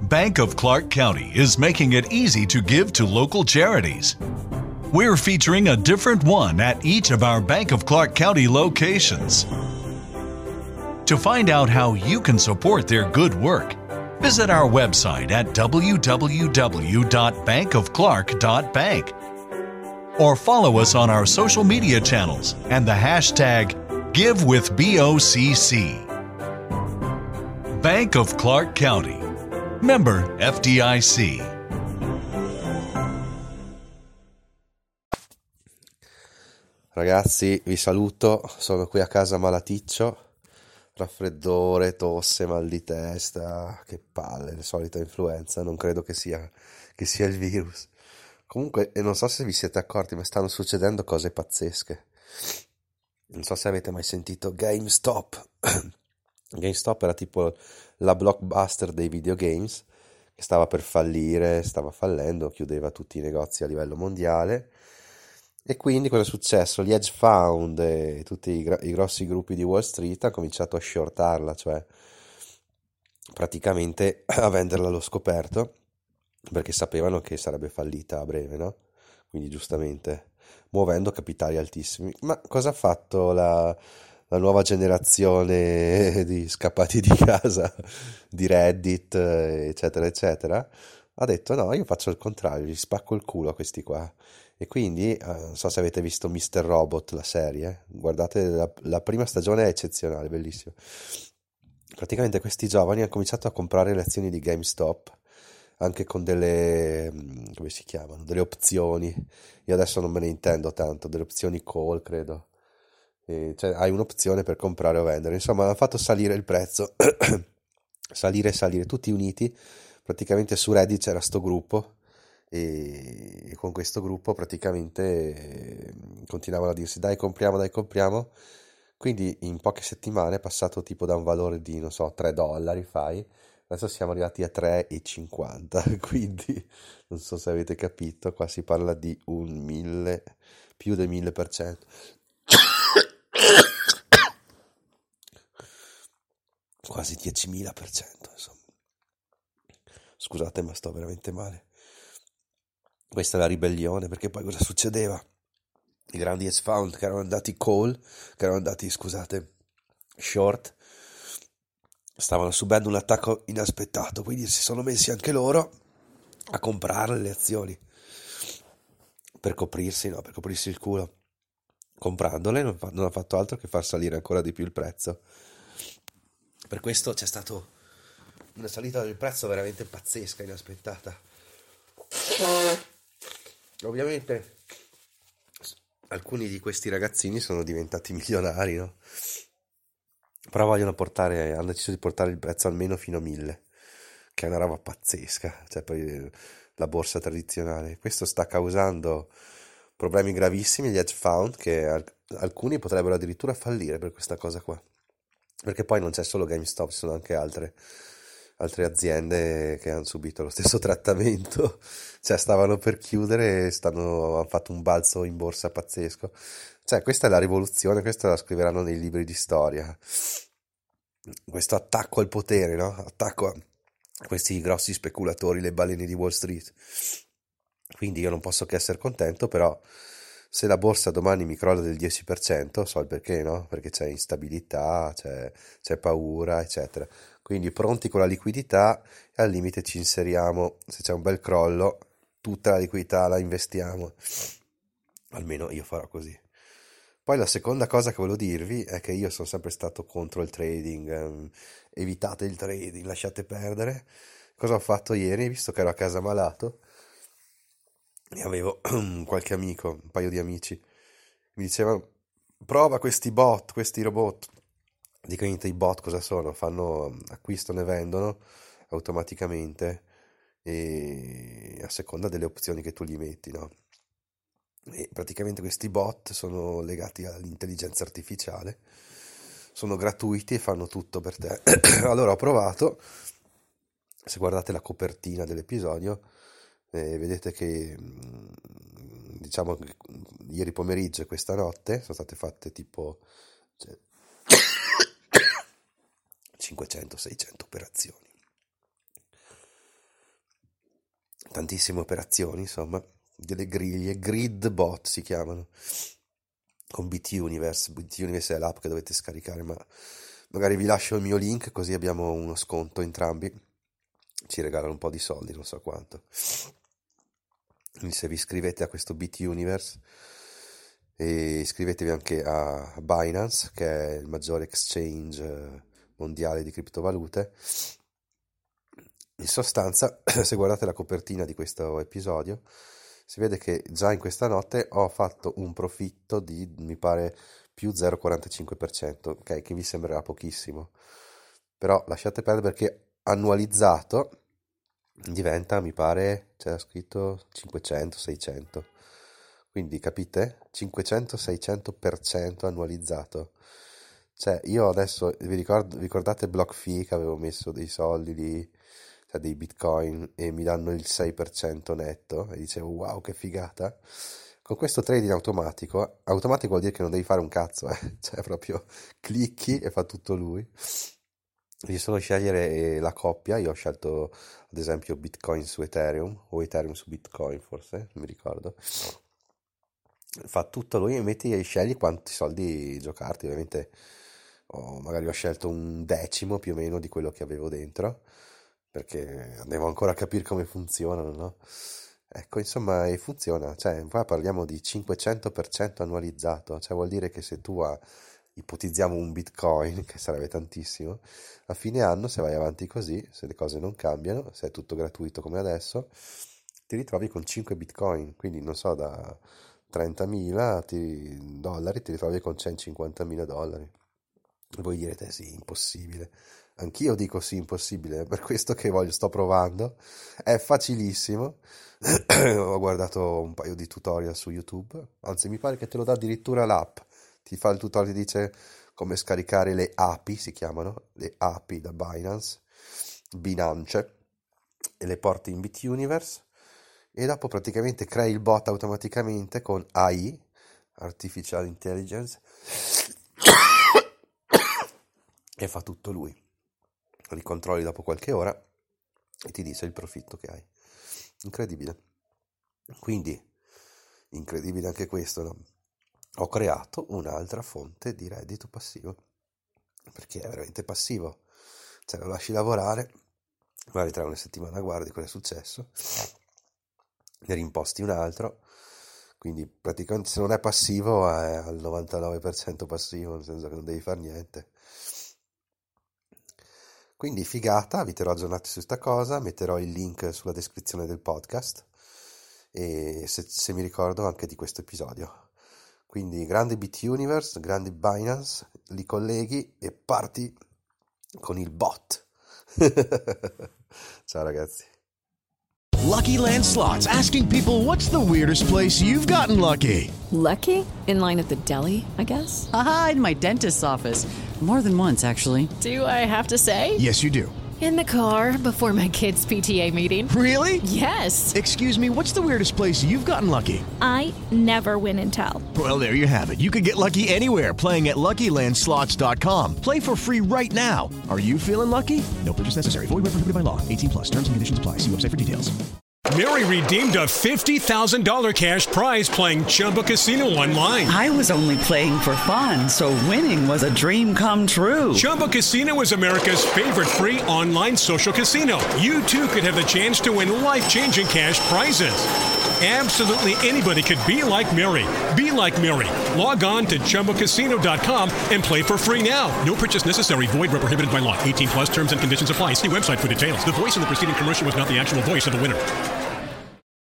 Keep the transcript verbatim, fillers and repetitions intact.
Bank of Clark County is making it easy to give to local charities. We're featuring a different one at each of our Bank of Clark County locations. To find out how you can support their good work, visit our website at w w w dot bank of clark dot bank or follow us on our social media channels and the hashtag GiveWithBOCC. Bank of Clark County. Member F D I C. Ragazzi, vi saluto, sono qui a casa malaticcio, raffreddore, tosse, mal di testa, che palle, la solita influenza, non credo che sia, che sia il virus. Comunque, e non so se vi siete accorti, ma stanno succedendo cose pazzesche. Non so se avete mai sentito GameStop. GameStop era tipo la blockbuster dei videogames, che stava per fallire, stava fallendo, chiudeva tutti i negozi a livello mondiale. E quindi cosa è successo? Gli hedge fund e tutti i, gra- i grossi gruppi di Wall Street hanno cominciato a shortarla, cioè praticamente a venderla allo scoperto, perché sapevano che sarebbe fallita a breve, no? Quindi giustamente muovendo capitali altissimi. Ma cosa ha fatto la, la nuova generazione di scappati di casa, di Reddit, eccetera, eccetera? Ha detto no, io faccio il contrario, gli spacco il culo a questi qua. E quindi, eh, non so se avete visto mister Robot, la serie, guardate, la, la prima stagione è eccezionale, bellissima. Praticamente questi giovani hanno cominciato a comprare le azioni di GameStop, anche con delle, come si chiamano, delle opzioni. Io adesso non me ne intendo tanto, delle opzioni call, credo. E cioè, hai un'opzione per comprare o vendere. Insomma, hanno fatto salire il prezzo, salire e salire, tutti uniti. Praticamente su Reddit c'era sto gruppo, e con questo gruppo praticamente continuavano a dirsi dai compriamo, dai compriamo. Quindi in poche settimane è passato tipo da un valore di, non so, tre dollari, fai, adesso siamo arrivati a tre e cinquanta, quindi non so se avete capito, qua si parla di un mille, più del mille per cento. Quasi diecimila per cento, insomma. Scusate, ma sto veramente male. Questa è la ribellione, perché poi cosa succedeva? I grandi hedge fund che erano andati call, che erano andati, scusate, short, stavano subendo un attacco inaspettato, quindi si sono messi anche loro a comprare le azioni per coprirsi, no, per coprirsi il culo. Comprandole non, fa, non ha fatto altro che far salire ancora di più il prezzo. Per questo c'è stato una salita del prezzo veramente pazzesca, inaspettata. Ovviamente alcuni di questi ragazzini sono diventati milionari, no? Però vogliono portare, hanno deciso di portare il prezzo almeno fino a mille, che è una roba pazzesca, cioè poi la borsa tradizionale. Questo sta causando problemi gravissimi agli hedge fund, che alcuni potrebbero addirittura fallire per questa cosa qua, perché poi non c'è solo GameStop, ci sono anche altre altre aziende che hanno subito lo stesso trattamento, cioè stavano per chiudere e stanno, hanno fatto un balzo in borsa pazzesco. Cioè questa è la rivoluzione, questa la scriveranno nei libri di storia, questo attacco al potere, no? Attacco a questi grossi speculatori, le balene di Wall Street. Quindi io non posso che essere contento, però se la borsa domani mi crolla del dieci per cento, so il perché, no? Perché c'è instabilità, c'è, c'è paura, eccetera. Quindi pronti con la liquidità e al limite ci inseriamo, se c'è un bel crollo, tutta la liquidità la investiamo. Almeno io farò così. Poi la seconda cosa che volevo dirvi è che io sono sempre stato contro il trading, ehm, evitate il trading, lasciate perdere. Cosa ho fatto ieri, visto che ero a casa malato e avevo qualche amico, un paio di amici, mi dicevano prova questi bot, questi robot. Praticamente i bot cosa sono? Fanno, acquistano e vendono automaticamente e a seconda delle opzioni che tu gli metti, no? E praticamente questi bot sono legati all'intelligenza artificiale, sono gratuiti e fanno tutto per te. Allora ho provato, se guardate la copertina dell'episodio, eh, vedete che diciamo che ieri pomeriggio e questa notte sono state fatte tipo cioè, cinquecento seicento operazioni. tantissime operazioni, insomma, delle griglie, grid bot si chiamano, con B T Universe. B T Universe è l'app che dovete scaricare, ma magari vi lascio il mio link così abbiamo uno sconto entrambi, ci regalano un po' di soldi, non so quanto. Quindi se vi iscrivete a questo B T Universe e iscrivetevi anche a Binance, che è il maggiore exchange mondiale di criptovalute. In sostanza, se guardate la copertina di questo episodio, si vede che già in questa notte ho fatto un profitto di, mi pare, più zero virgola quarantacinque per cento, ok, che vi sembrerà pochissimo, però lasciate perdere perché annualizzato diventa, mi pare, c'era scritto cinquecento seicento, quindi capite? cinquecento seicento per cento annualizzato. Cioè io adesso, vi ricordo, ricordate BlockFi che avevo messo dei soldi lì, cioè dei bitcoin, e mi danno il sei per cento netto e dicevo wow che figata. Con questo trading automatico, automatico vuol dire che non devi fare un cazzo, eh? Cioè proprio clicchi e fa tutto lui. Devi solo scegliere la coppia. Io ho scelto ad esempio Bitcoin su Ethereum o Ethereum su Bitcoin, forse, non mi ricordo. Fa tutto lui e metti e scegli quanti soldi giocarti. Ovviamente oh, magari ho scelto un decimo più o meno di quello che avevo dentro, perché devo ancora capire come funzionano, no? Ecco, insomma, e funziona. Cioè, qua parliamo di cinquecento per cento annualizzato, cioè vuol dire che se tu hai, ipotizziamo un bitcoin, che sarebbe tantissimo, a fine anno, se vai avanti così, se le cose non cambiano, se è tutto gratuito come adesso, ti ritrovi con cinque bitcoin, quindi non so, da trentamila ti, dollari ti ritrovi con centocinquantamila dollari. Voi direte sì, impossibile. Anch'io dico sì, impossibile, per questo che voglio, sto provando, è facilissimo. Ho guardato un paio di tutorial su YouTube, anzi mi pare che te lo dà addirittura l'app, ti fa il tutorial, ti dice come scaricare le A P I, si chiamano, le A P I da Binance, Binance, e le porti in B T Universe, e dopo praticamente crei il bot automaticamente con A I, Artificial Intelligence, e fa tutto lui. Ricontrolli dopo qualche ora e ti dice il profitto che hai. Incredibile. Quindi, incredibile anche questo, no? Ho creato un'altra fonte di reddito passivo, perché è veramente passivo. Cioè lo lasci lavorare, magari tra una settimana guardi cosa è successo, ne rimposti un altro, quindi praticamente se non è passivo è al novantanove per cento passivo, nel senso che non devi fare niente. Quindi figata, vi terrò aggiornati su sta cosa, metterò il link sulla descrizione del podcast e se, se mi ricordo anche di questo episodio. Quindi grande B T Universe, grandi Binance, li colleghi e parti con il bot. Ciao ragazzi. Lucky Land Slots, asking people, what's the weirdest place you've gotten lucky? Lucky? In line at the deli, I guess? Aha, in my dentist's office. More than once, actually. Do I have to say? Yes, you do. In the car before my kids' P T A meeting. Really? Yes. Excuse me, what's the weirdest place you've gotten lucky? I never win and tell. Well, there you have it. You can get lucky anywhere, playing at Lucky Land Slots dot com. Play for free right now. Are you feeling lucky? No purchase necessary. Void where prohibited by law. eighteen plus. Terms and conditions apply. See website for details. Mary redeemed a fifty thousand dollars cash prize playing Chumba Casino online. I was only playing for fun, so winning was a dream come true. Chumba Casino is America's favorite free online social casino. You too could have the chance to win life-changing cash prizes. Absolutely anybody could be like Mary. Be like Mary. Log on to Chumba Casino dot com and play for free now. No purchase necessary. Void where prohibited by law. eighteen plus terms and conditions apply. See website for details. The voice in the preceding commercial was not the actual voice of the winner.